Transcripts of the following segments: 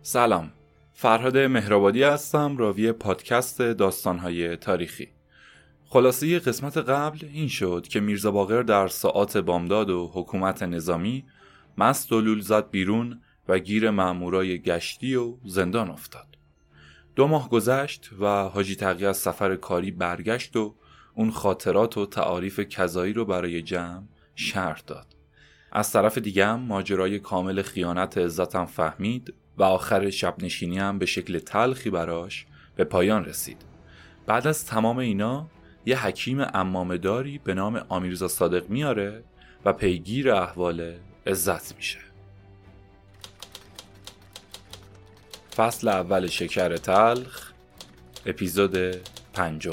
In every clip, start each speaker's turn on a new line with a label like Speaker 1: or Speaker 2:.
Speaker 1: سلام، فرهاد مهرآبادی هستم، راوی پادکست داستان‌های تاریخی. خلاصه قسمت قبل این شد که میرزا باقر در ساعات بامداد و حکومت نظامی مست و لول زد بیرون و گیر مامورای گشتی و زندان افتاد. 2 ماه گذشت و حاجی تقی از سفر کاری برگشت و اون خاطرات و تعاریف کذایی رو برای جمع شرح داد. از طرف دیگه هم ماجرای کامل خیانت عزتم فهمید و آخر شب نشینی هم به شکل تلخی براش به پایان رسید. بعد از تمام اینا یه حکیم عمامه‌داری به نام امیرزا صادق میاره و پیگیر احوال عزت میشه. فصل اول شکر تلخ، اپیزود 5.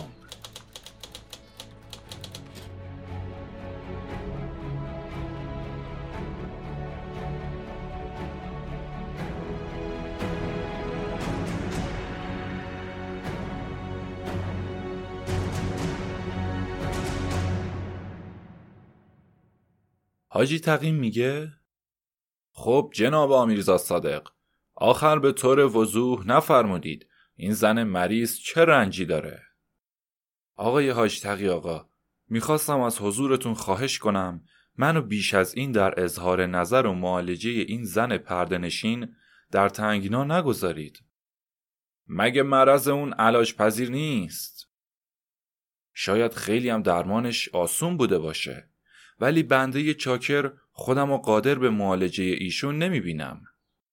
Speaker 1: حاجی تقی میگه خب جناب امیرزا صادق، آخر به طور وضوح نفرمودید این زن مریض چه رنجی داره؟ آقای حاج تقی آقا، میخواستم از حضورتون خواهش کنم منو بیش از این در اظهار نظر و معالجه این زن پرده‌نشین در تنگنا نگذارید. مگه مرض اون علاج پذیر نیست؟ شاید خیلی هم درمانش آسون بوده باشه، ولی بنده چاکر خودم رو قادر به معالجه ایشون نمیبینم.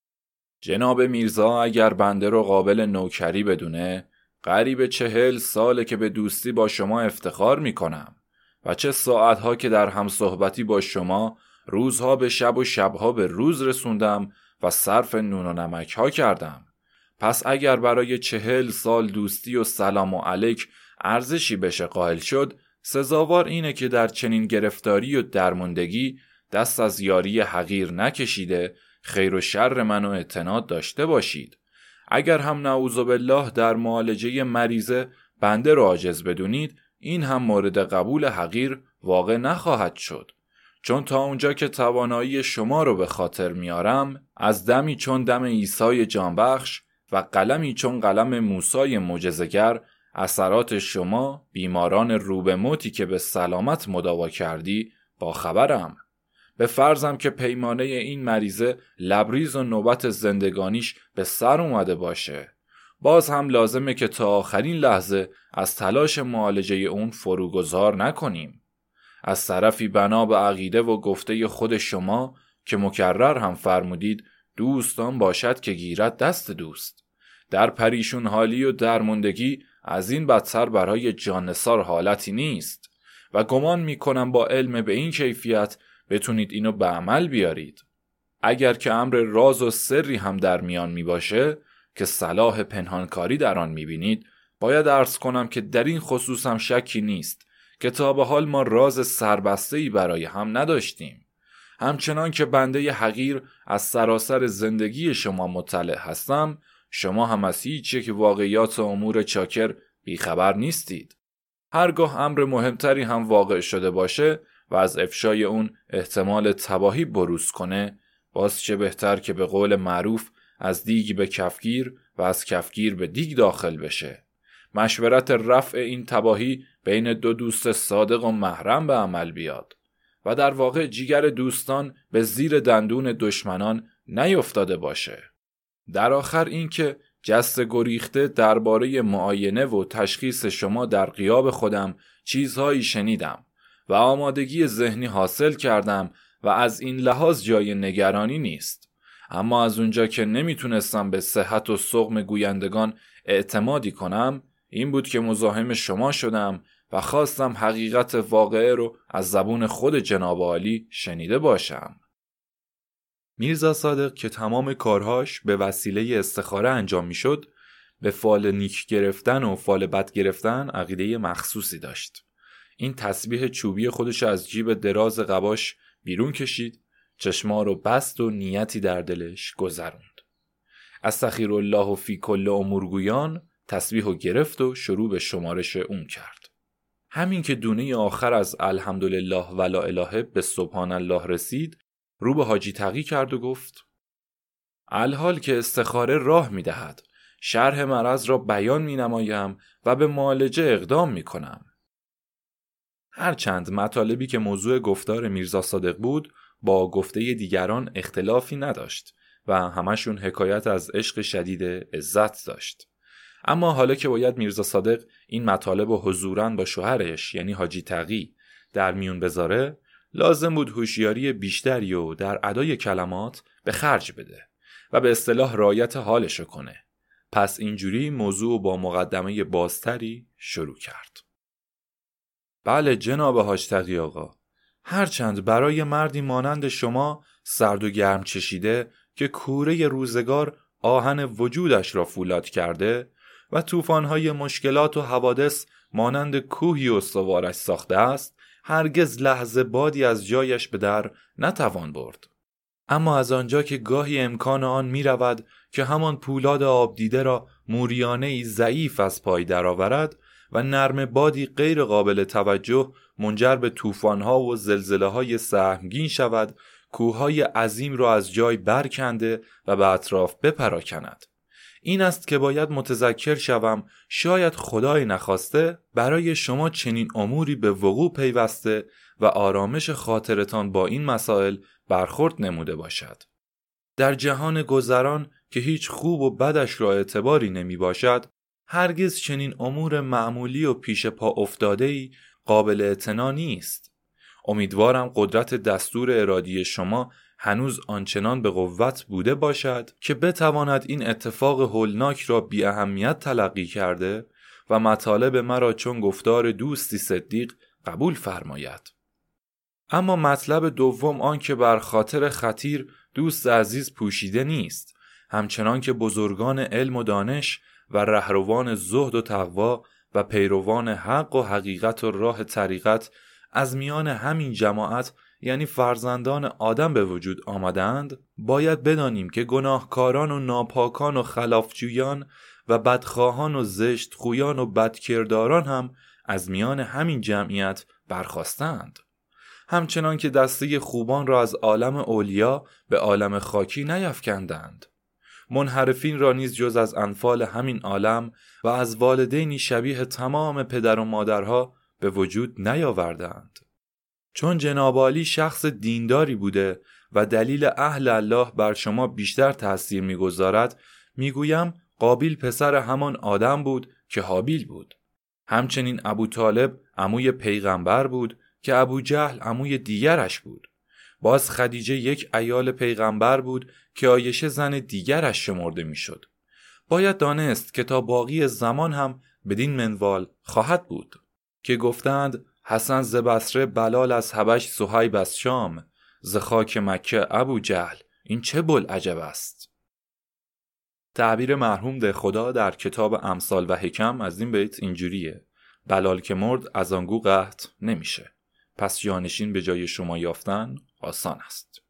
Speaker 1: جناب میرزا اگر بنده رو قابل نوکری بدونه، قریب 40 ساله که به دوستی با شما افتخار میکنم و چه ساعتها که در هم صحبتی با شما روزها به شب و شبها به روز رسوندم و صرف نون و نمک ها کردم. پس اگر برای 40 سال دوستی و سلام و علیک ارزشی بشه قائل شد، سزاوار اینه که در چنین گرفتاری و درماندگی دست از یاری حقیر نکشیده خیر و شر منو اعتناد داشته باشید. اگر هم نعوذ بالله در معالجه مریضه بنده رو عاجز بدونید، این هم مورد قبول حقیر واقع نخواهد شد، چون تا اونجا که توانایی شما رو به خاطر میارم، از دمی چون دم عیسی جانبخش و قلمی چون قلم موسی معجزه‌گر اثرات شما بیماران رو به موتی که به سلامت مداوا کردی با خبرم. به فرضم که پیمانه این مریضه لبریز و نوبت زندگانیش به سر اومده باشه، باز هم لازمه که تا آخرین لحظه از تلاش معالجه اون فروگذار نکنیم. از طرفی بنا به عقیده و گفته خود شما که مکرر هم فرمودید دوستان باشد که گیرد دست دوست، در پریشون حالی و درماندگی از این بدتر برای جانثار حالتی نیست و گمان میکنم با علم به این کیفیت بتونید اینو به عمل بیارید. اگر که امر راز و سری هم در میان می باشه که صلاح پنهانکاری در آن می بینید، باید عرض کنم که در این خصوص هم شکی نیست که تا به حال ما راز سربسته‌ای برای هم نداشتیم. همچنان که بنده ی حقیر از سراسر زندگی شما مطلع هستم، شما هم از هیچ که واقعیات امور چاکر بیخبر نیستید. هرگاه امر مهمتری هم واقع شده باشه و از افشای اون احتمال تباهی بروز کنه، باز چه بهتر که به قول معروف از دیگ به کفگیر و از کفگیر به دیگ داخل بشه. مشورت رفع این تباهی بین 2 دوست صادق و محرم به عمل بیاد و در واقع جیگر دوستان به زیر دندون دشمنان نیفتاده باشه. در آخر این که جست گریخته درباره معاینه و تشخیص شما در غیاب خودم چیزهایی شنیدم و آمادگی ذهنی حاصل کردم و از این لحاظ جای نگرانی نیست. اما از اونجا که نمیتونستم به صحت و سقم گویندگان اعتمادی کنم، این بود که مزاحم شما شدم و خواستم حقیقت واقعه رو از زبون خود جناب عالی شنیده باشم. میرزا صادق که تمام کارهاش به وسیله استخاره انجام میشد، به فال نیک گرفتن و فال بد گرفتن عقیده مخصوصی داشت. این تسبیح چوبی خودش از جیب دراز قباش بیرون کشید، چشما رو بست و نیتی در دلش گذروند. استغفرالله فی کل امورگویان تسبیح رو گرفت و شروع به شمارش اون کرد. همین که دونه آخر از الحمدلله و لا اله به سبحان الله رسید، رو به حاجی تقی کرد و گفت الحال که استخاره راه می دهد، شرح مرض را بیان می نمایم و به معالجه اقدام می کنم. هرچند مطالبی که موضوع گفتار میرزا صادق بود با گفته دیگران اختلافی نداشت و همشون حکایت از عشق شدید عزت داشت، اما حالا که باید میرزا صادق این مطالب و حضوراً با شوهرش یعنی حاجی تقی در میون بذاره، لازم بود هوشیاری بیشتری و در ادای کلمات به خرج بده و به اصطلاح رعایت حالشو کنه. پس اینجوری موضوع با مقدمه بازتری شروع کرد. بله جناب حاج تقی آقا، هرچند برای مردی مانند شما سرد و گرم چشیده که کوره روزگار آهن وجودش را فولاد کرده و طوفان‌های مشکلات و حوادث مانند کوهی استوارش ساخته است، هرگز لحظه بادی از جایش به در نتوان برد. اما از آنجا که گاهی امکان آن می رود که همان پولاد آب دیده را موریانه‌ای ضعیف از پای درآورد و نرم بادی غیر قابل توجه منجر به طوفان‌ها و زلزله‌های سهمگین شود، کوه‌های عظیم را از جای برکنده و به اطراف بپراکند. این است که باید متذکر شوم شاید خدای نخواسته برای شما چنین اموری به وقوع پیوسته و آرامش خاطرتان با این مسائل برخورد نموده باشد. در جهان گذران که هیچ خوب و بدش را اعتباری نمی باشد، هرگز چنین امور معمولی و پیش پا افتاده‌ای قابل اعتنا نیست. امیدوارم قدرت دستور ارادی شما هنوز آنچنان به قوت بوده باشد که بتواند این اتفاق هولناک را بی اهمیت تلقی کرده و مطالب مرا چون گفتار دوستی صدیق قبول فرماید. اما مطلب دوم آن که بر خاطر خطیر دوست عزیز پوشیده نیست، همچنان که بزرگان علم و دانش و رهروان زهد و تقوا و پیروان حق و حقیقت و راه طریقت از میان همین جماعت یعنی فرزندان آدم به وجود آمدند، باید بدانیم که گناهکاران و ناپاکان و خلافجویان و بدخواهان و زشت خویان و بدکرداران هم از میان همین جمعیت برخاستند. همچنان که دسته خوبان را از عالم اولیا به عالم خاکی نیفکندند، منحرفین را نیز جز از انفال همین عالم و از والدینی شبیه تمام پدر و مادرها به وجود نیاوردند. چون جناب عالی شخص دینداری بوده و دلیل اهل الله بر شما بیشتر تأثیر می‌گذارد، میگویم قابیل پسر همان آدم بود که حابیل بود. همچنین ابو طالب عموی پیغمبر بود که ابو جهل عموی دیگرش بود. باز خدیجه یک عیال پیغمبر بود که عایشه زن دیگرش شمرده میشد. باید دانست که تا باقی زمان هم بدین منوال خواهد بود که گفتند حسن ز بصره، بلال از حبش، صهیب از شام، ز خاک مکه ابو جهل، این چه بوالعجب است. تعبیر مرحوم ده خدا در کتاب امثال و حکم از این بیت اینجوریه: بلال که مرد از آنگو قحط نمیشه، پس جانشین به جای شما یافتن آسان است.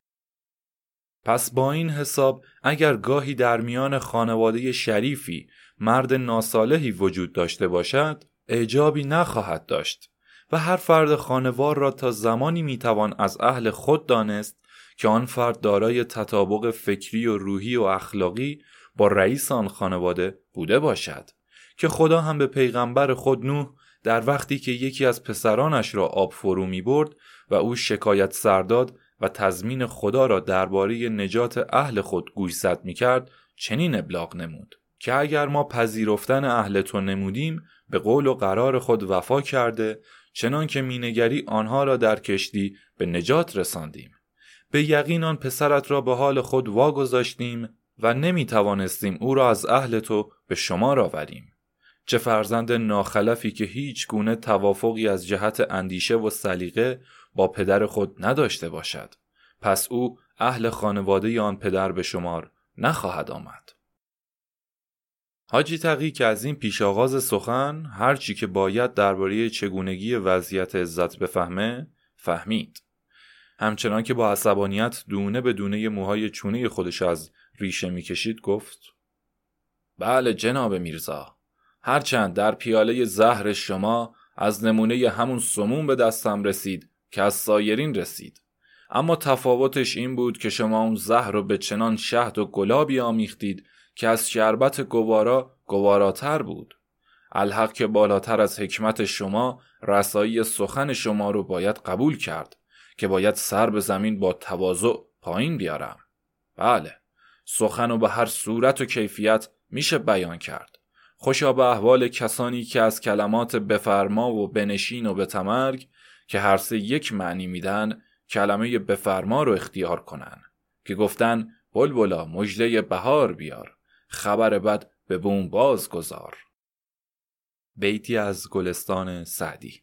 Speaker 1: پس با این حساب اگر گاهی در میان خانواده شریفی مرد ناصالحی وجود داشته باشد، اعجابی نخواهد داشت و هر فرد خانوار را تا زمانی میتوان از اهل خود دانست که آن فرد دارای تطابق فکری و روحی و اخلاقی با رئیس آن خانواده بوده باشد، که خدا هم به پیغمبر خود نوح در وقتی که یکی از پسرانش را آب فرو می برد و او شکایت سرداد و تضمین خدا را درباره نجات اهل خود گوشزد می کرد چنین ابلاغ نمود که اگر ما پذیرفتن اهل تو نمودیم به قول و قرار خود وفا کرده، چنان که مینگری آنها را در کشتی به نجات رساندیم. به یقین آن پسرت را به حال خود واگذاشتیم و نمی توانستیم او را از اهل تو به شمار آوریم. چه فرزند ناخلفی که هیچ گونه توافقی از جهت اندیشه و سلیقه با پدر خود نداشته باشد، پس او اهل خانواده آن پدر به شمار نخواهد آمد. حاجی تقی که از این پیش آغاز سخن هرچی که باید درباره چگونگی وضعیت عزت بفهمه فهمید. همچنان که با عصبانیت دونه به دونه موهای چونه خودش از ریشه میکشید گفت: بله جناب میرزا، هرچند در پیاله زهر شما از نمونه همون سموم به دستم رسید که از سایرین رسید، اما تفاوتش این بود که شما اون زهر رو به چنان شهد و گلابی آمیختید که از شربت گوارا گواراتر بود. الحق که بالاتر از حکمت شما رسایی سخن شما رو باید قبول کرد که باید سر به زمین با تواضع پایین بیارم. بله، سخن رو به هر صورت و کیفیت میشه بیان کرد. خوشا به احوال کسانی که از کلمات بفرما و بنشین و بتمرگ که هر سه یک معنی میدن کلمه بفرما رو اختیار کنن که گفتن بلبلا مژده بهار بیار، خبر بد به بوم باز گذار. بیتی از گلستان سعدی.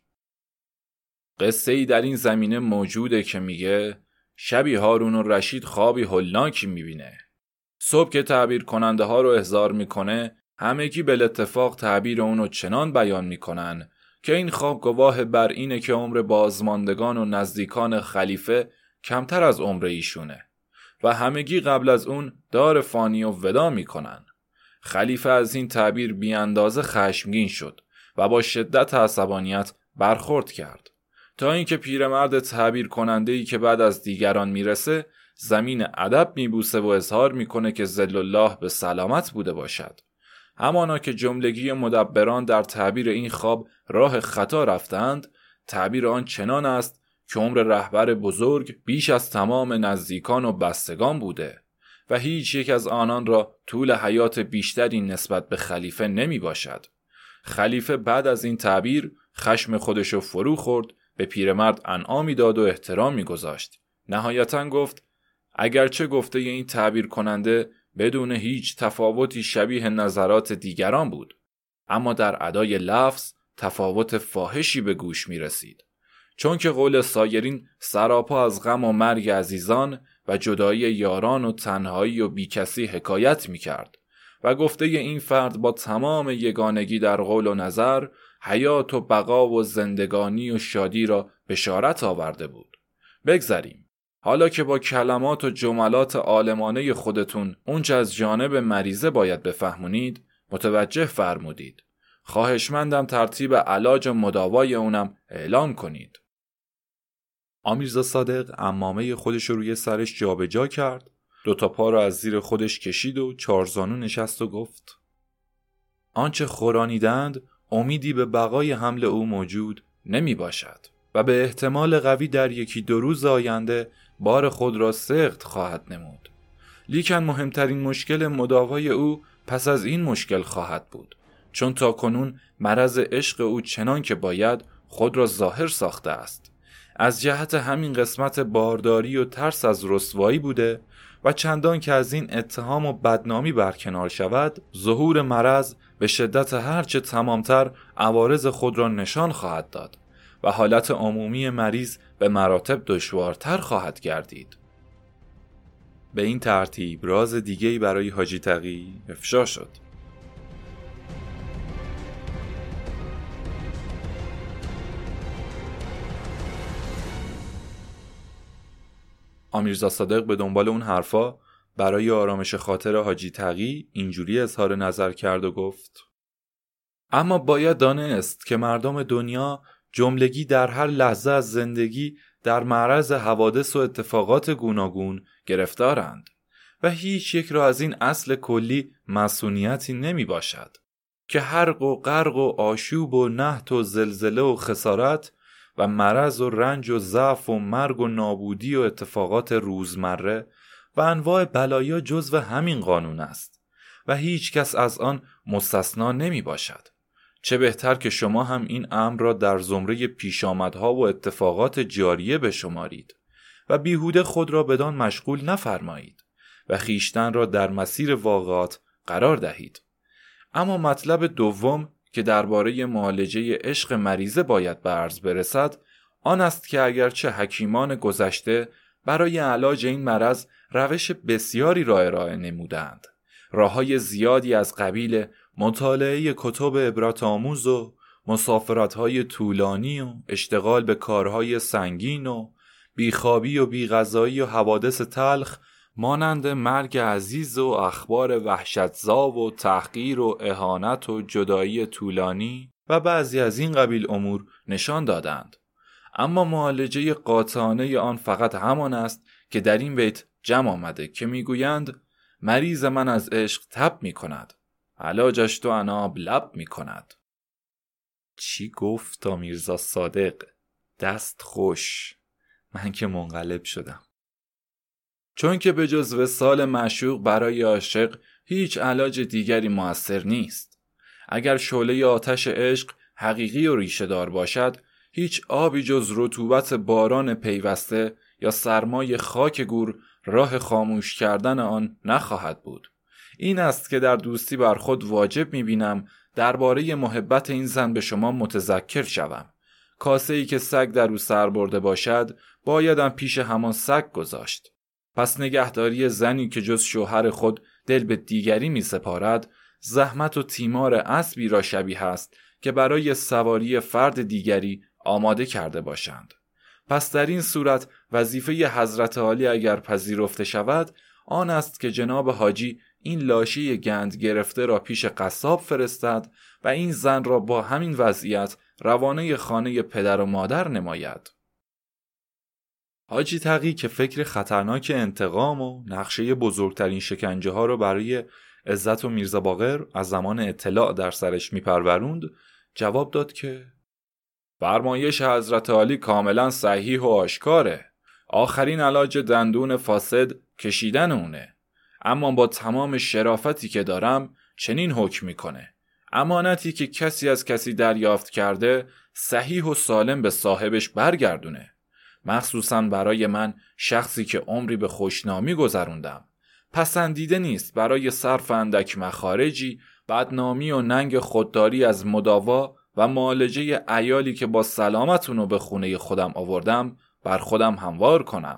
Speaker 1: قصه ای در این زمینه موجوده که میگه شبی هارون الرشید خوابی هولناکی میبینه. صبح که تعبیر کننده ها رو احضار میکنه همگی بالاتفاق تعبیر اونو چنان بیان میکنن که این خواب گواه بر اینه که عمر بازماندگان و نزدیکان خلیفه کمتر از عمر ایشونه و همگی قبل از اون دار فانی و ودا میکنن. خلیفه از این تعبیر بی اندازه خشمگین شد و با شدت عصبانیت برخورد کرد تا اینکه پیرمرد تعبیر کننده‌ای که بعد از دیگران میرسه زمین ادب میبوسه و اظهار میکنه که ذل الله به سلامت بوده باشد. همانا که جملگی مدبران در تعبیر این خواب راه خطا رفتند، تعبیر آن چنان است که عمر رهبر بزرگ بیش از تمام نزدیکان و بستگان بوده و هیچ یک از آنان را طول حیات بیشتری نسبت به خلیفه نمی باشد. خلیفه بعد از این تعبیر خشم خودشو فرو خورد، به پیرمرد انعامی داد و احترامی گذاشت. نهایتاً گفت اگرچه گفته این تعبیر کننده بدون هیچ تفاوتی شبیه نظرات دیگران بود، اما در ادای لفظ تفاوت فاحشی به گوش می رسید. چون که قول سایرین سراپا از غم و مرگ عزیزان و جدایی یاران و تنهایی و بیکسی حکایت می کرد و گفته این فرد با تمام یگانگی در قول و نظر حیات و بقا و زندگانی و شادی را بشارت آورده بود. بگذریم. حالا که با کلمات و جملات عالمانه خودتون اونچه از جانب مریضه باید بفهمونید متوجه فرمودید. خواهشمندم ترتیب علاج و مداوای اونم اعلام کنید. امیرزا صادق عمامه خودش رو روی سرش جابجا کرد، 2 پا رو از زیر خودش کشید و 4 زانو نشست و گفت آنچه خورانیدند امیدی به بقای حمل او موجود نمی باشد و به احتمال قوی در 1-2 روز آینده بار خود را سخت خواهد نمود. لیکن مهمترین مشکل مداوای او پس از این مشکل خواهد بود، چون تا کنون مرض عشق او چنان که باید خود را ظاهر ساخته است. از جهت همین قسمت بارداری و ترس از رسوایی بوده و چندان که از این اتهام و بدنامی برکنار شود، ظهور مرض به شدت هرچه تمامتر عوارض خود را نشان خواهد داد و حالت عمومی مریض به مراتب دشوارتر خواهد گردید. به این ترتیب راز دیگه‌ای برای حاجی تقی افشا شد. امیرزا صادق به دنبال اون حرفا برای آرامش خاطر حاجی تقی اینجوری اظهار نظر کرد و گفت اما باید دانست که مردم دنیا جملگی در هر لحظه از زندگی در معرض حوادث و اتفاقات گوناگون گرفتارند و هیچ یک را از این اصل کلی مسئولیتی نمی باشد که حرق و غرق و آشوب و نحت و زلزله و خسارت و مرض و رنج و ضعف و مرگ و نابودی و اتفاقات روزمره و انواع بلایا جزو همین قانون است و هیچ کس از آن مستثنا نمی باشد. چه بهتر که شما هم این امر را در زمره پیشامدها و اتفاقات جاریه بشمارید و بیهوده خود را بدان مشغول نفرمایید و خیشتن را در مسیر واقعات قرار دهید. اما مطلب دوم که درباره معالجه عشق مریضه باید به عرض برسد آن است که اگرچه حکیمان گذشته برای علاج این مرض روش بسیاری را ارائه نمودند، راه‌های زیادی از قبیل مطالعه کتب عبرت آموز و مسافرت‌های طولانی و اشتغال به کارهای سنگین و بیخوابی و بیغذایی و حوادث تلخ مانند مرگ عزیز و اخبار وحشتزا و تحقیر و اهانت و جدایی طولانی و بعضی از این قبیل امور نشان دادند. اما معالجه قاطعانه آن فقط همان است که در این بیت جمع آمده که میگویند مریض من از عشق تب می کند، علاجش تو عناب لب می کند. چی گفت تا میرزا صادق؟ دست خوش. من که منقلب شدم. چون که به جز وصال معشوق برای عاشق هیچ علاج دیگری مؤثر نیست. اگر شعله آتش عشق حقیقی و ریشه دار باشد، هیچ آبی جز رطوبت باران پیوسته یا سرمای خاک گور راه خاموش کردن آن نخواهد بود. این است که در دوستی بر خود واجب می‌بینم درباره محبت این زن به شما متذکر شوم. کاسه‌ای که سگ در او سر برده باشد بایدم پیش همان سگ گذاشت. پس نگهداری زنی که جز شوهر خود دل به دیگری می سپارد زحمت و تیمار اسبی را شبیه است که برای سواری فرد دیگری آماده کرده باشند. پس در این صورت وظیفه حضرت عالی اگر پذیرفته شود آن است که جناب حاجی این لاشه گند گرفته را پیش قصاب فرستد و این زن را با همین وضعیت روانه خانه پدر و مادر نماید. حاجی تقی که فکر خطرناک انتقام و نقشه بزرگترین شکنجه ها رو برای عزت و میرزا باقر از زمان اطلاع در سرش میپروروند جواب داد که فرمایش حضرت عالی کاملا صحیح و آشکاره. آخرین علاج دندون فاسد کشیدن اونه. اما با تمام شرافتی که دارم چنین حکم میکنه: امانتی که کسی از کسی دریافت کرده صحیح و سالم به صاحبش برگردونه. مخصوصاً برای من شخصی که عمری به خوشنامی گذروندم. پسندیده نیست برای صرف اندک مخارجی بدنامی و ننگ خودداری از مداوا و معالجه عیالی که با سلامتونو به خونه خودم آوردم بر خودم هموار کنم.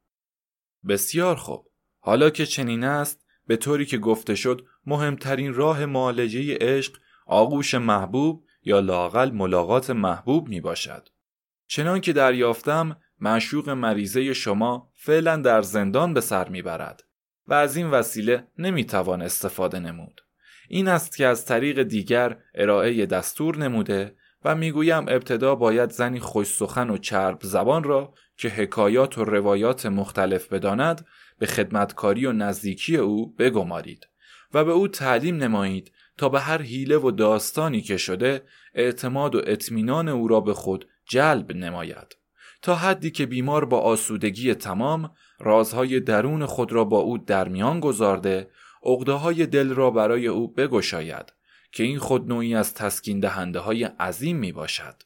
Speaker 1: بسیار خوب. حالا که چنین است، به طوری که گفته شد مهمترین راه معالجه عشق آغوش محبوب یا لااقل ملاقات محبوب می باشد. چنان که دریافتم معشوق مریضه شما فعلا در زندان به سر می برد و از این وسیله نمی توان استفاده نمود. این است که از طریق دیگر ارائه دستور نموده و میگویم ابتدا باید زنی خوش سخن و چرب زبان را که حکایات و روایات مختلف بداند به خدمتکاری و نزدیکی او بگمارید و به او تعلیم نمایید تا به هر حیله و داستانی که شده اعتماد و اطمینان او را به خود جلب نماید، تا حدی که بیمار با آسودگی تمام رازهای درون خود را با او در میان گذارده عقده‌های دل را برای او بگشاید که این خود نوعی از تسکین دهنده های عظیم می باشد.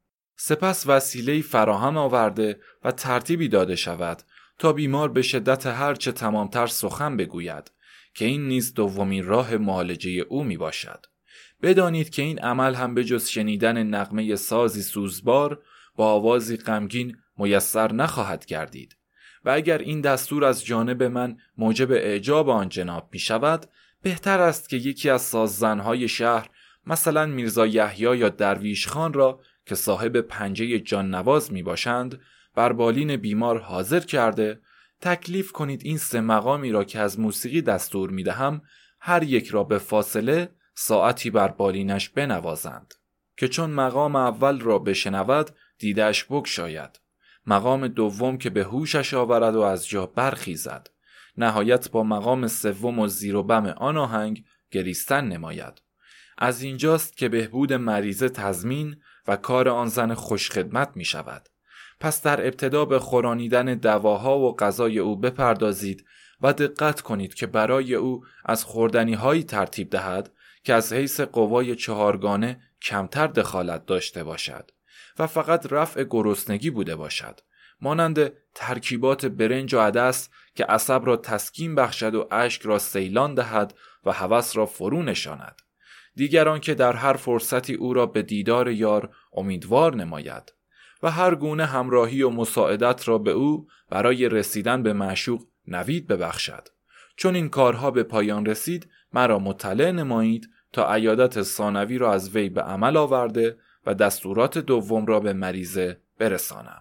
Speaker 1: سپس وسیله‌ای فراهم آورده و ترتیبی داده شود تا بیمار به شدت هرچه تمامتر سخن بگوید که این نیز دومین راه معالجه او می باشد. بدانید که این عمل هم به جز شنیدن نغمه سازی سوزبار با آوازی غمگین میسر نخواهد گردید و اگر این دستور از جانب من موجب اعجاب آن جناب می شود بهتر است که یکی از ساززنهای شهر مثلا میرزا یحیی یا درویش خان را که صاحب پنجه جان نواز می باشند بر بالین بیمار حاضر کرده تکلیف کنید این 3 مقامی را که از موسیقی دستور می دهم هر یک را به فاصله ساعتی بر بالینش بنوازند که چون مقام اول را بشنود دیدش بگشاید، مقام دوم که به هوشش آورد و از جا برخیزد، نهایت با مقام سوم و زیر و بم آن آهنگ گریستن نماید. از اینجاست که بهبود مریضه تضمین و کار آن زن خوشخدمت می شود. پس در ابتدا به خورانیدن دواها و غذای او بپردازید و دقت کنید که برای او از خوردنی هایی ترتیب دهد که از حیث قوای 4گانه کمتر دخالت داشته باشد و فقط رفع گرسنگی بوده باشد، مانند ترکیبات برنج و عدس که عصب را تسکین بخشد و اشک را سیلان دهد و هوس را فرو نشاند. دیگران که در هر فرصتی او را به دیدار یار امیدوار نماید و هر گونه همراهی و مساعدت را به او برای رسیدن به معشوق نوید ببخشد. چون این کارها به پایان رسید مرا مطلع نمایید تا عیادت ثانوی را از وی به عمل آورده و دستورات دوم را به مریضه برسانم.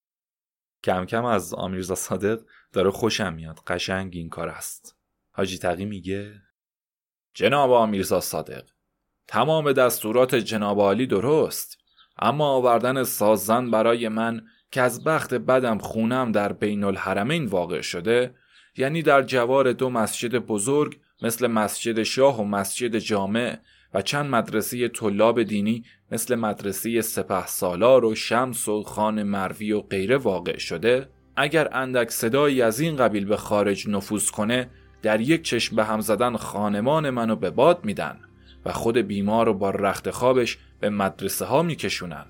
Speaker 1: کم کم از آمیرزا صادق داره خوشم میاد. قشنگ این کار است. حاجی تقی میگه جناب آمیرزا صادق، تمام دستورات جناب عالی درست، اما آوردن سازن برای من که از بخت بدم خونم در بین الحرمین واقع شده، یعنی در جوار 2 مسجد بزرگ مثل مسجد شاه و مسجد جامع و چند مدرسه طلاب دینی مثل مدرسه سپهسالار و شمس و خان مروی و غیره واقع شده، اگر اندک صدایی از این قبیل به خارج نفوذ کنه، در یک چشم به هم زدن خانمان منو به باد میدن و خود بیمار رو با رخت خوابش به مدرسه ها میکشونن.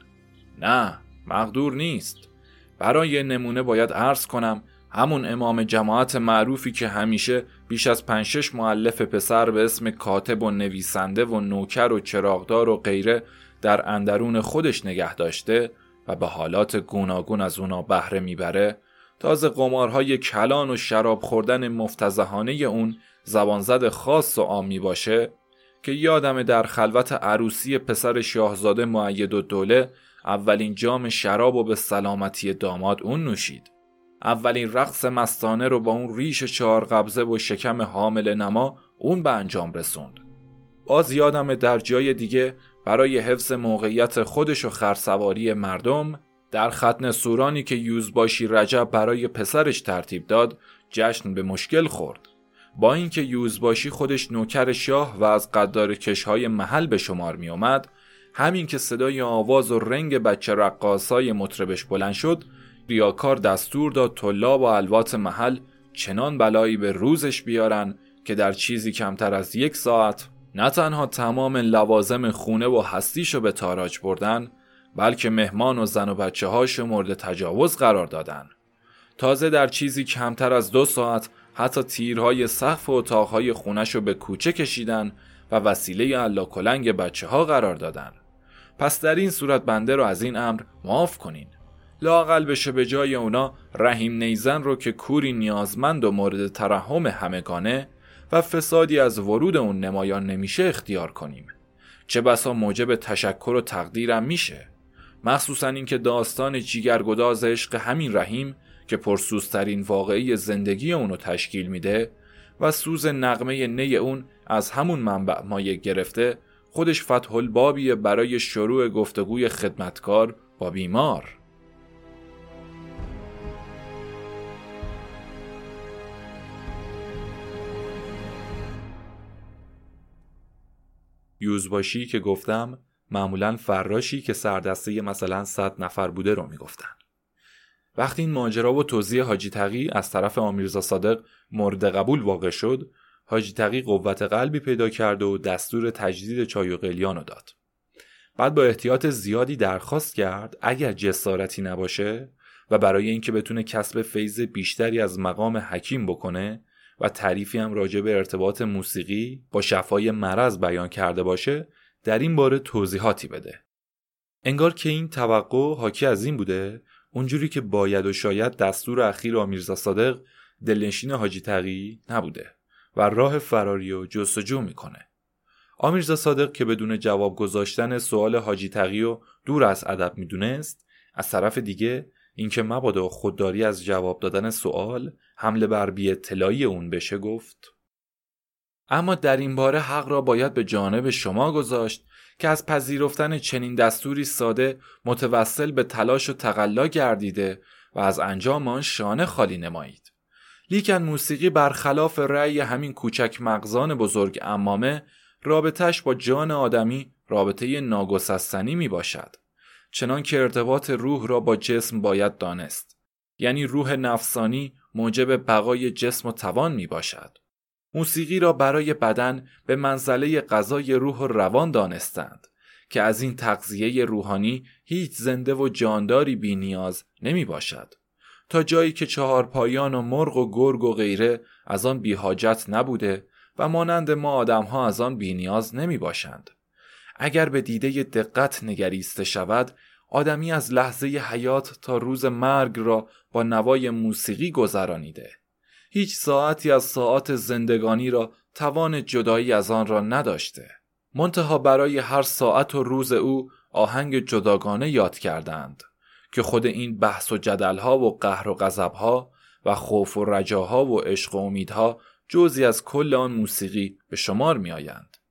Speaker 1: نه، مقدور نیست. برای نمونه باید عرض کنم همون امام جماعت معروفی که همیشه بیش از 5-6 مؤلف پسر به اسم کاتب و نویسنده و نوکر و چراغدار و غیره در اندرون خودش نگه داشته و به حالات گوناگون از اونا بهره میبره، تازه قمارهای کلان و شراب خوردن مفتضحانه اون زبانزد خاص و عامی باشه که یادم در خلوت عروسی پسر شاهزاده مؤیدالدوله اولین جام شراب و به سلامتی داماد اون نوشید. اولین رقص مستانه رو با اون ریش 4 قبضه و شکم حامل نما اون به انجام رسوند. باز یادم در جای دیگه برای حفظ موقعیت خودش و خرسواری مردم در ختن سورانی که یوزباشی رجب برای پسرش ترتیب داد جشن به مشکل خورد. با اینکه یوزباشی خودش نوکر شاه و از قدار کشهای محل به شمار می اومد، همین که صدای آواز و رنگ بچه رقاصای مطربش بلند شد، ریاکار دستور داد طلاب و الوات محل چنان بلایی به روزش بیارن که در چیزی کمتر از 1 ساعت نه تنها تمام لوازم خونه و هستیشو به تاراج بردن، بلکه مهمان و زن و بچه هاشو مورد تجاوز قرار دادن. تازه در چیزی کمتر از 2 ساعت حتی تیرهای سقف و اتاقهای خونه‌شو به کوچه کشیدن و وسیله الاکلنگ بچه ها قرار دادن. پس در این صورت بنده رو از این امر معاف کنین. لااقل بشه به جای اونا رحیم نیزن رو که کوری نیازمند و مورد ترحم همگانه و فسادی از ورود اون نمایان نمیشه اختیار کنیم. چه بسا موجب تشکر و تقدیرم میشه. مخصوصا این که داستان جیگرگداز عشق همین رحیم که پرسوزترین واقعی زندگی اونو تشکیل میده و سوز نغمه نی اون از همون منبع مایه گرفته، خودش فتح البابیه برای شروع گفتگوی خدمتکار با بیمار. یوزباشی که گفتم معمولاً فراشی که سردسته مثلا 100 نفر بوده رو میگفتن. وقتی این ماجرا و توضیح حاجی تقی از طرف آمیرزا صادق مورد قبول واقع شد، حاجی تقی قوت قلبی پیدا کرد و دستور تجدید چای و قلیانو داد. بعد با احتیاط زیادی درخواست کرد اگر جسارتی نباشه و برای اینکه بتونه کسب فیض بیشتری از مقام حکیم بکنه و تعریفی هم راجع به ارتباط موسیقی با شفای مرض بیان کرده باشه، در این باره توضیحاتی بده. انگار که این توقع حاکی از این بوده اونجوری که باید و شاید دستور اخیر آمیرزا صادق دلنشین حاجی تقی نبوده و راه فراری و جستجو میکنه. آمیرزا صادق که بدون جواب گذاشتن سوال حاجی تقی و دور از ادب میدونست، از طرف دیگه اینکه مبادا خودداری از جواب دادن سوال حمله بر بی اطلاعی اون بشه گفت: اما در این باره حق را باید به جانب شما گذاشت که از پذیرفتن چنین دستوری ساده متوسل به تلاش و تقلا گردیده و از انجام آن شانه خالی نمایید. لیکن موسیقی برخلاف رأی همین کوچک مغزان بزرگ عمامه رابطش با جان آدمی رابطه ناگسستنی می باشد. چنان که ارتباط روح را با جسم باید دانست. یعنی روح نفسانی موجب بقای جسم و توان می باشد. موسیقی را برای بدن به منزله غذای روح و روان دانستند که از این تغذیه روحانی هیچ زنده و جانداری بی نیاز نمی باشد، تا جایی که 4 پایان و مرغ و گرگ و غیره از آن بی حاجت نبوده و مانند ما آدم ها از آن بی نیاز نمی باشند. اگر به دیده دقت نگریسته شود، آدمی از لحظه حیات تا روز مرگ را با نوای موسیقی گذرانیده. هیچ ساعتی از ساعات زندگانی را توان جدایی از آن را نداشته. منتها برای هر ساعت و روز او آهنگ جداگانه یاد کردند که خود این بحث و جدلها و قهر و غضبها و خوف و رجاها و عشق و امیدها جزئی از کل آن موسیقی به شمار می آیند.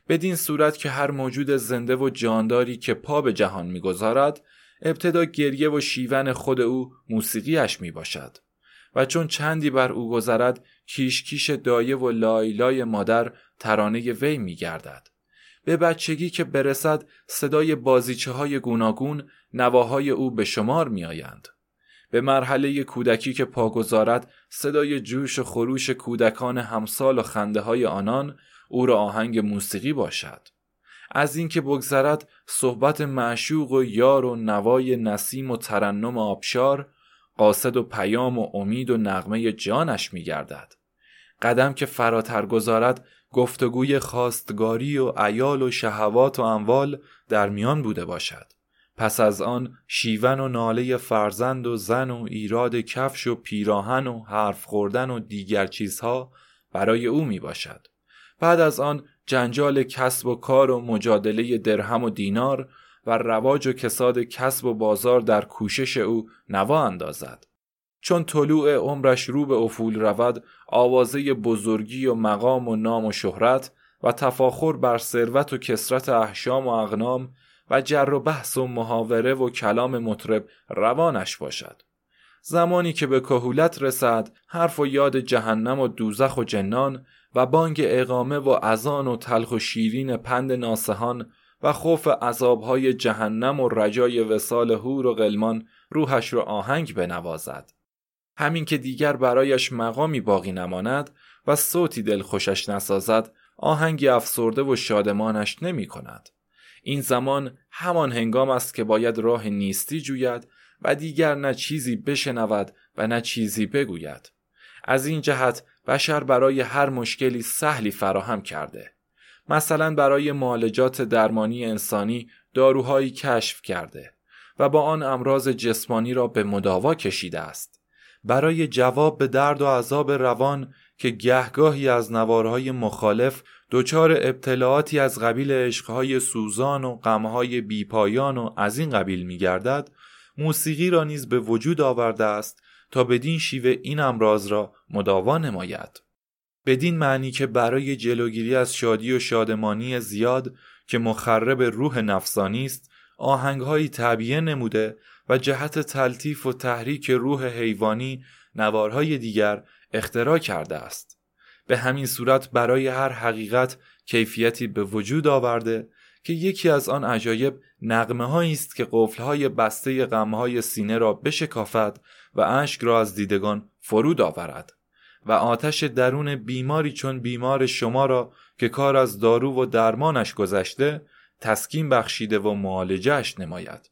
Speaker 1: بدین صورت که هر موجود زنده و جانداری که پا به جهان می‌گذارد ابتدا گریه و شیون خود او موسیقیش میباشد و چون چندی بر او گذرد کیش کیش دایه و لای لای مادر ترانه وی میگردد. به بچگی که برسد صدای بازیچه های گوناگون نواهای او به شمار میآیند. به مرحله کودکی که پا گذارد صدای جوش و خروش کودکان همسال و خنده های آنان او را آهنگ موسیقی باشد. از این که بگذرد صحبت معشوق و یار و نوای نسیم و ترنم آبشار قاصد و پیام و امید و نغمه جانش می گردد. قدم که فراتر گذارد گفتگوی خواستگاری و عیال و شهوات و اموال در میان بوده باشد. پس از آن شیون و ناله فرزند و زن و ایراد کفش و پیراهن و حرف خوردن و دیگر چیزها برای او می باشد. بعد از آن جنجال کسب و کار و مجادله درهم و دینار و رواج و کساد کسب و بازار در کوشش او نوا اندازد. چون طلوع عمرش رو به افول رود آوازه بزرگی و مقام و نام و شهرت و تفاخر بر ثروت و کثرت احشام و اغنام و جر و بحث و محاوره و کلام مطرب روانش باشد. زمانی که به کهولت رسد حرف و یاد جهنم و دوزخ و جنان و بانگ اقامه و اذان و تلخ و شیرین پند ناصحان و خوف عذابهای جهنم و رجای وصال حور و غلمان روحش را آهنگ بنوازد. همین که دیگر برایش مقامی باقی نماند و صوتی دلخوشش نسازد آهنگی افسرده و شادمانش نمی کند. این زمان همان هنگام است که باید راه نیستی جوید و دیگر نه چیزی بشنود و نه چیزی بگوید. از این جهت بشر برای هر مشکلی سهلی فراهم کرده. مثلا برای معالجات درمانی انسانی داروهایی کشف کرده و با آن امراض جسمانی را به مداوا کشیده است. برای جواب به درد و عذاب روان که گهگاهی از نوارهای مخالف دچار ابتلاعاتی از قبیل عشقهای سوزان و غمهای بیپایان و از این قبیل می گردد، موسیقی را نیز به وجود آورده است تا بدین شیوه این امراض را مداوا نماید. بدین معنی که برای جلوگیری از شادی و شادمانی زیاد که مخرب روح نفسانی است آهنگهایی تعبیه نموده و جهت تلطیف و تحریک روح حیوانی نوارهای دیگر اختراع کرده است. به همین صورت برای هر حقیقت کیفیتی به وجود آورده که یکی از آن عجایب نغمه‌هایی است که قفل‌های بسته غم‌های سینه را بشکافد و اشک را از دیدگان فرود آورد و آتش درون بیماری چون بیمار شما را که کار از دارو و درمانش گذشته تسکین بخشیده و معالجه‌اش نماید.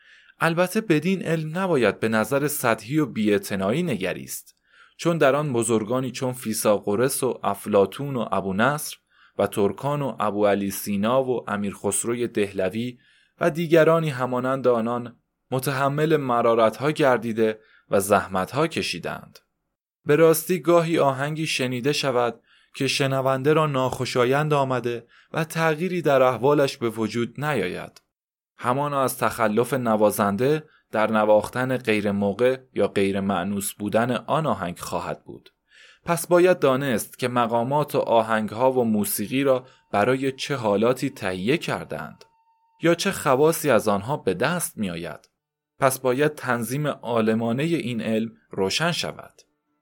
Speaker 1: البته بدین علم نباید به نظر سطحی و بی‌اعتنایی نگریست، چون در آن بزرگانی چون فیثاغورس و افلاطون و ابو نصر و ترکان و ابو علی سینا و امیر خسروی دهلوی و دیگرانی همانند آنان متحمل مرارت‌ها گردیده و زحمت‌ها کشیدند. به راستی گاهی آهنگی شنیده شود که شنونده را ناخوشایند آمده و تغییری در احوالش به وجود نیاید. همانا از تخلف نوازنده در نواختن غیر موقع یا غیر مأنوس بودن آن آهنگ خواهد بود. پس باید دانست که مقامات و آهنگها و موسیقی را برای چه حالاتی تهیه کردند یا چه خواصی از آنها به دست می آید. پس باید تنظیم عالمانه این علم روشن شود.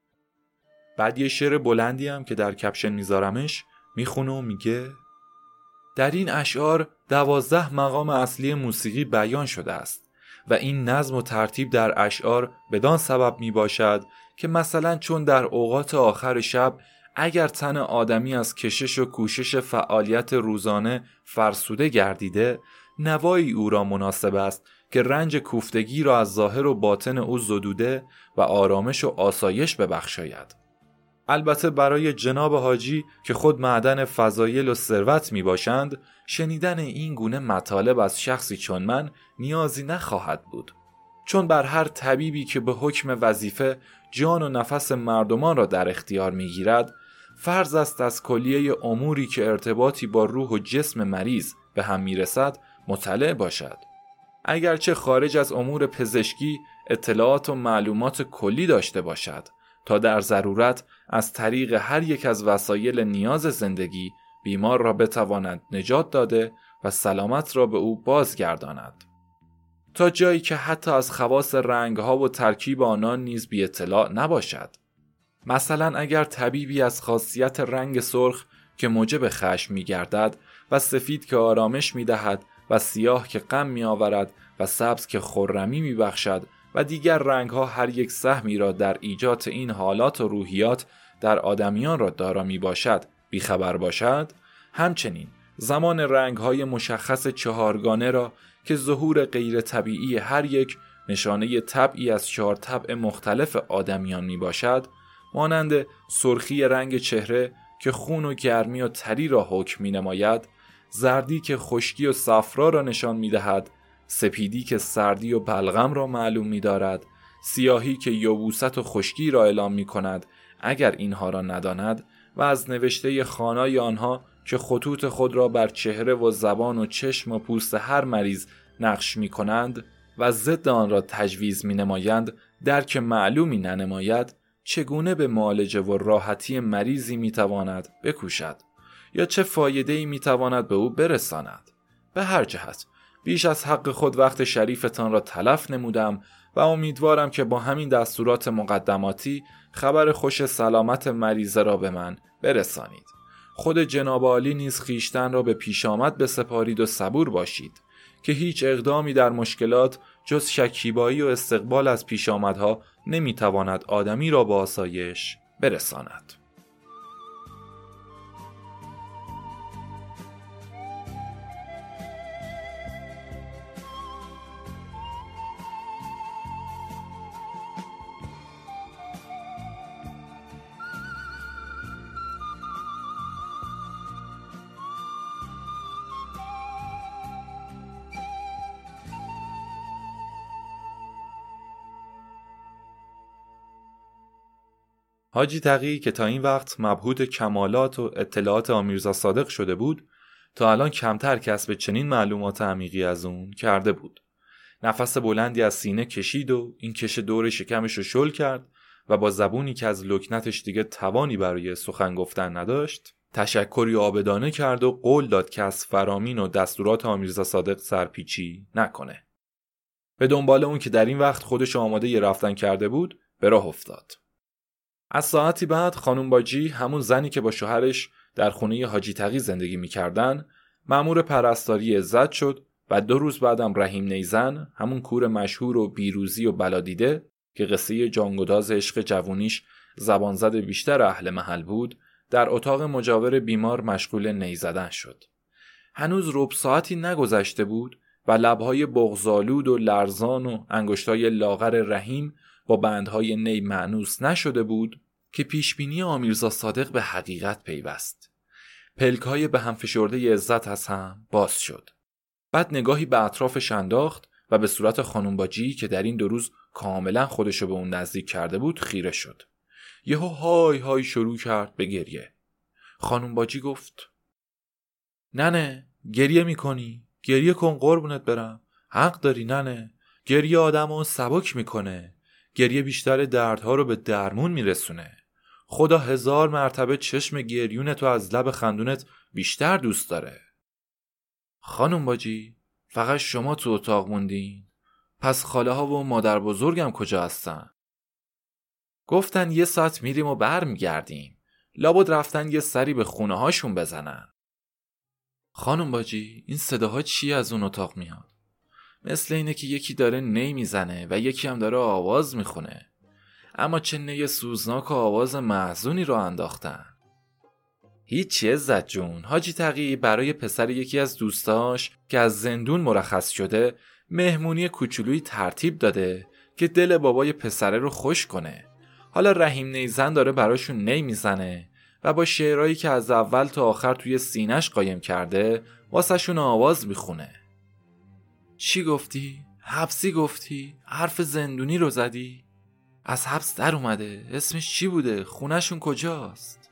Speaker 1: بعد یه شعر بلندی هم که در کپشن میذارمش میخونه و میگه در این اشعار 12 مقام اصلی موسیقی بیان شده است و این نظم و ترتیب در اشعار بدان سبب می باشد که مثلا چون در اوقات آخر شب اگر تن آدمی از کشش و کوشش فعالیت روزانه فرسوده گردیده نوایی او را مناسب است که رنج کوفتگی را از ظاهر و باطن او زدوده و آرامش و آسایش ببخشاید. البته برای جناب حاجی که خود معدن فضایل و ثروت می باشند شنیدن این گونه مطالب از شخصی چون من نیازی نخواهد بود، چون بر هر طبیبی که به حکم وظیفه جان و نفس مردمان را در اختیار می گیرد فرض است از کلیه اموری که ارتباطی با روح و جسم مریض به هم می رسد مطلع باشد، اگرچه خارج از امور پزشکی اطلاعات و معلومات کلی داشته باشد تا در ضرورت از طریق هر یک از وسایل نیاز زندگی بیمار را بتواند نجات داده و سلامت را به او بازگرداند. تا جایی که حتی از خواص رنگها و ترکیب آنان نیز بی اطلاع نباشد. مثلا اگر طبیبی از خاصیت رنگ سرخ که موجب خشم می گردد و سفید که آرامش می دهد و سیاه که غم می آورد و سبز که خرمی می بخشد و دیگر رنگها هر یک سهمی را در ایجاد این حالات و روحیات در آدمیان را دارا می باشد بیخبر باشد، همچنین زمان رنگهای مشخص چهارگانه را که ظهور غیر طبیعی هر یک نشانه طبعی از 4 طبع مختلف آدمیان می باشد، مانند سرخی رنگ چهره که خون و گرمی و تری را حکم می نماید، زردی که خشکی و صفرا را نشان می دهد، سپیدی که سردی و بلغم را معلوم می دارد، سیاهی که یبوست و خشکی را اعلام می کند اگر اینها را نداند و از نوشته خانای آنها که خطوط خود را بر چهره و زبان و چشم و پوست هر مریض نقش می کنند و ضد آن را تجویز می نمایند درک معلومی ننماید، چگونه به معالجه و راحتی مریضی می تواند بکوشد یا چه فایده‌ای می تواند به او برساند. به هر جهت بیش از حق خود وقت شریفتان را تلف نمودم و امیدوارم که با همین دستورات مقدماتی خبر خوش سلامت مریضه را به من برسانید. خود جناب عالی نیز خویشتن را به پیش آمد بسپارید و صبور باشید که هیچ اقدامی در مشکلات جز شکیبایی و استقبال از پیش آمدها نمیتواند آدمی را به آسایش برساند. حاجی تقی که تا این وقت مبهوت کمالات و اطلاعات آمیرزا صادق شده بود، تا الان کمتر کسب چنین معلومات عمیقی از اون کرده بود. نفس بلندی از سینه کشید و این کش دور شکمش رو شل کرد و با زبونی که از لکنتش دیگه توانی برای سخن گفتن نداشت، تشکری عابدانه کرد و قول داد که از فرامین و دستورات آمیرزا صادق سرپیچی نکنه. به دنبال اون که در این وقت خودش آماده ی رفتن کرده بود، به راه افتاد. از ساعتی بعد خانم باجی، همون زنی که با شوهرش در خونه حاجی تقی زندگی می‌کردن، مأمور پرستاری عزت شد و 2 روز بعدم رحیم نیزن، همون کور مشهور و بیروزی و بلادیده که قصه جانگداز عشق جوونیش زبانزد بیشتر اهل محل بود، در اتاق مجاور بیمار مشغول نی زدن شد. هنوز ربع ساعتی نگذشته بود و لب‌های بغض‌آلود و لرزان و انگشتای لاغر رحیم با بندهای نی مانوس نشده بود که پیشبینی آمیرزا صادق به حقیقت پیوست. پلک‌های به هم فشرده عزت از هم باز شد. بعد نگاهی به اطرافش انداخت و به صورت خانم باجی که در این 2 روز کاملا خودشو به اون نزدیک کرده بود خیره شد. یهو های های شروع کرد به گریه. خانم باجی گفت: ننه گریه میکنی؟ گریه کن قربونت برم. حق داری ننه. گریه آدمو سبک میکنه. گریه بیشتر دردها رو به درمون میرسونه. خدا 1000 مرتبه چشم گریونتو از لب خندونت بیشتر دوست داره. خانم باجی فقط شما تو اتاق موندین؟ پس خاله ها و مادر بزرگم کجا هستن؟ گفتن 1 ساعت میریم و برمیگردیم. لابد رفتن یه سری به خونه هاشون بزنن. خانم باجی این صداها چی از اون اتاق میاد؟ مثل اینه که یکی داره نی میزنه و یکی هم داره آواز میخونه. اما چه نی سوزناک و آواز محزونی رو انداختن. هیچی عزت جون، حاجی تقی برای پسر یکی از دوستاش که از زندون مرخص شده مهمونی کوچولویی ترتیب داده که دل بابای پسره رو خوش کنه. حالا رحیم نیزن داره براشون نی میزنه و با شعرهایی که از اول تا آخر توی سینش قایم کرده واسه شون آواز میخونه. چی گفتی؟ حبسی گفتی؟ حرف زندونی رو زدی؟ از حبس در اومده. اسمش چی بوده؟ خونهشون کجاست؟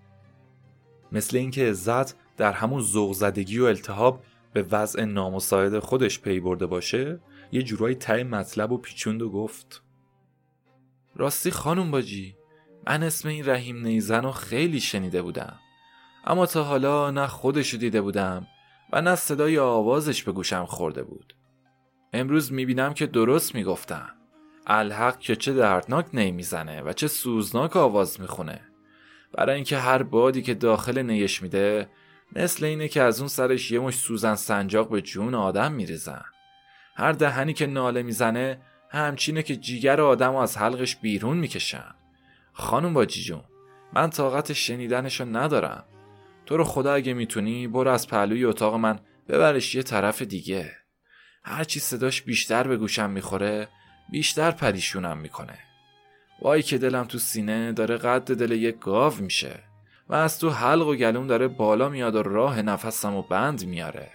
Speaker 1: مثل اینکه عزت در همون ذوق زدگی و التهاب به وضع نامساعد خودش پی برده باشه، یه جورایی ته مطلب و پیچوند و گفت: راستی خانم باجی، من اسم این رحیم نیزن رو خیلی شنیده بودم، اما تا حالا نه خودشو دیده بودم و نه صدای آوازش به گوشم خورده بود. امروز میبینم که درست میگفتم. الحق که چه دردناک نی میزنه و چه سوزناک آواز میخونه. برای اینکه هر بادی که داخل نیش میده مثل اینه که از اون سرش یه مش سوزن سنجاق به جون آدم میریزن. هر دهنی که ناله میزنه همچینه که جیگر آدم از حلقش بیرون میکشن. خانم باجی جون، من طاقت شنیدنشو ندارم. تو رو خدا اگه میتونی برو از پهلوی اتاق من ببرش یه طرف دیگه. هرچی صداش بیشتر به گوشم میخوره بیشتر پریشونم میکنه. وای که دلم تو سینه داره قد دل یک گاو میشه و از تو حلق و گلوم داره بالا میاد و راه نفسمو بند میاره.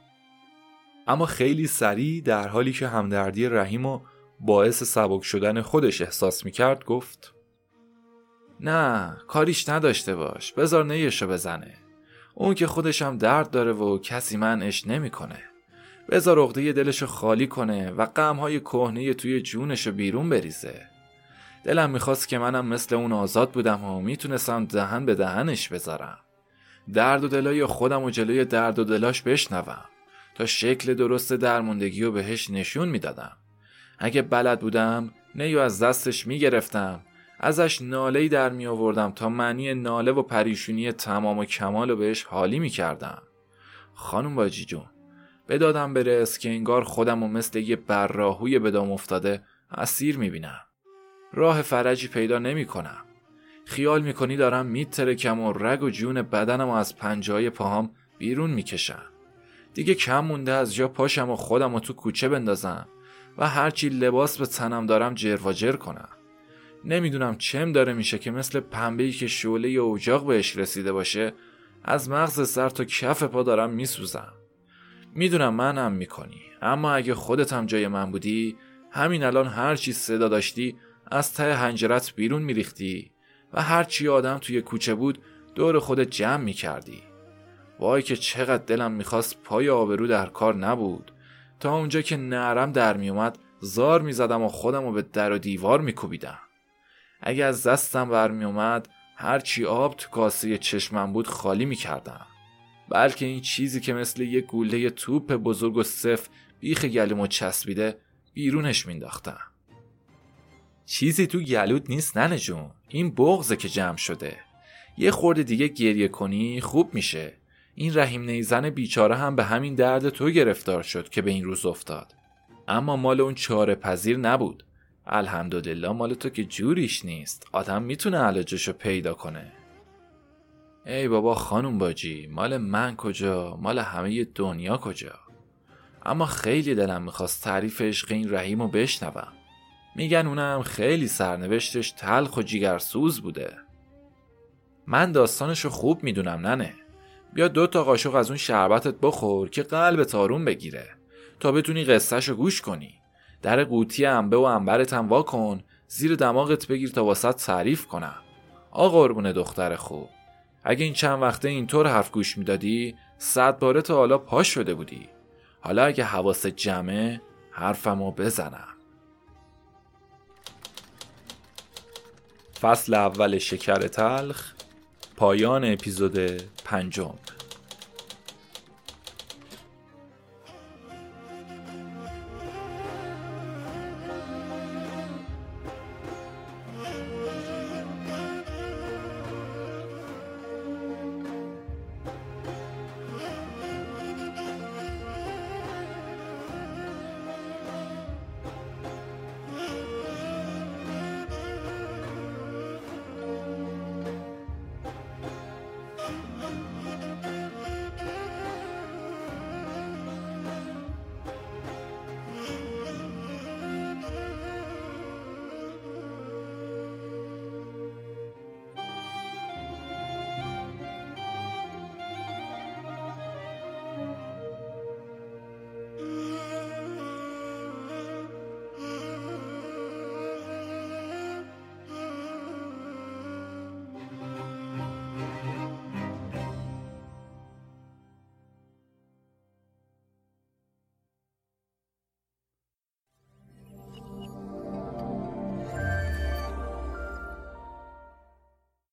Speaker 1: اما خیلی سریع در حالی که همدردی رحیمو باعث سبک شدن خودش احساس میکرد گفت: نه کاریش نداشته باش، بذار نیشو بزنه. اون که خودش هم درد داره و کسی منعش نمیکنه. بذار عقده دلشو خالی کنه و غمهای کهنه توی جونشو بیرون بریزه. دلم میخواست که منم مثل اون آزاد بودم و میتونستم دهن به دهنش بذارم. درد و دلای خودم و جلوی درد و دلاش بشنوم تا شکل درست درموندگی رو بهش نشون میدادم. اگه بلد بودم نیو از دستش میگرفتم، ازش ناله‌ای در می آوردم تا معنی ناله و پریشونی تمام و کمال رو بهش حالی می کردم. خانم باجی جون، بدادم برس که انگار خودم رو مثل یه براهوی به دام افتاده اسیر می بینم. راه فرجی پیدا نمی کنم. خیال می کنی دارم می ترکم و رگ و جون بدنم رو از پنجه‌های پاهام بیرون می کشم. دیگه کم مونده از جا پاشم و خودم رو تو کوچه بندازم و هرچی لباس به تنم دارم جر و جر کنم. نمیدونم چم داره میشه که مثل پنبه‌ای که شعله اجاق بهش رسیده باشه از مغز سر تا کف پا دارم میسوزم. میدونم منم میکنی، اما اگه خودت هم جای من بودی همین الان هر چی صدا داشتی از ته حنجرت بیرون میریختی و هر چی آدم توی کوچه بود دور خودت جمع میکردی. وای که چقدر دلم میخواست پای آبرو در کار نبود تا اونجا که نعرم در میومد زار میزدم و خودم رو به در و دیوار میکوبیدم. اگه از دستم برمی اومد هرچی آب تو کاسه چشمم بود خالی می کردم. بلکه این چیزی که مثل یه گوله توپ بزرگ و صف بیخ گلومو چسبیده بیرونش مینداختم. چیزی تو گلوت نیست ننه جون، این بغضه که جمع شده. یه خورده دیگه گریه کنی خوب میشه. این رحیم نیزن بیچاره هم به همین درد تو گرفتار شد که به این روز افتاد. اما مال اون چاره پذیر نبود. الحمدلله مال تو که جوریش نیست، آدم میتونه علاجشو پیدا کنه. ای بابا خانوم باجی، مال من کجا، مال همه دنیا کجا. اما خیلی دلم میخواست تعریف عشق این رحیمو بشنوم. میگن اونم خیلی سرنوشتش تلخ و جیگرسوز بوده. من داستانشو خوب میدونم ننه. بیا 2 تا قاشق از اون شربتت بخور که قلبت آروم بگیره تا بتونی قصهشو گوش کنی. در قوطی انبه و عنبرت هم وا کن، زیر دماغت بگیر تا واسط تعریف کنم. قربون دختر خوب، اگه این چند وقته اینطور حرف گوش میدادی 100 باره تا حالا پاش شده بودی. حالا اگه حواست جمعه حرفمو بزنم. فصل اول شکر تلخ، پایان اپیزود 5.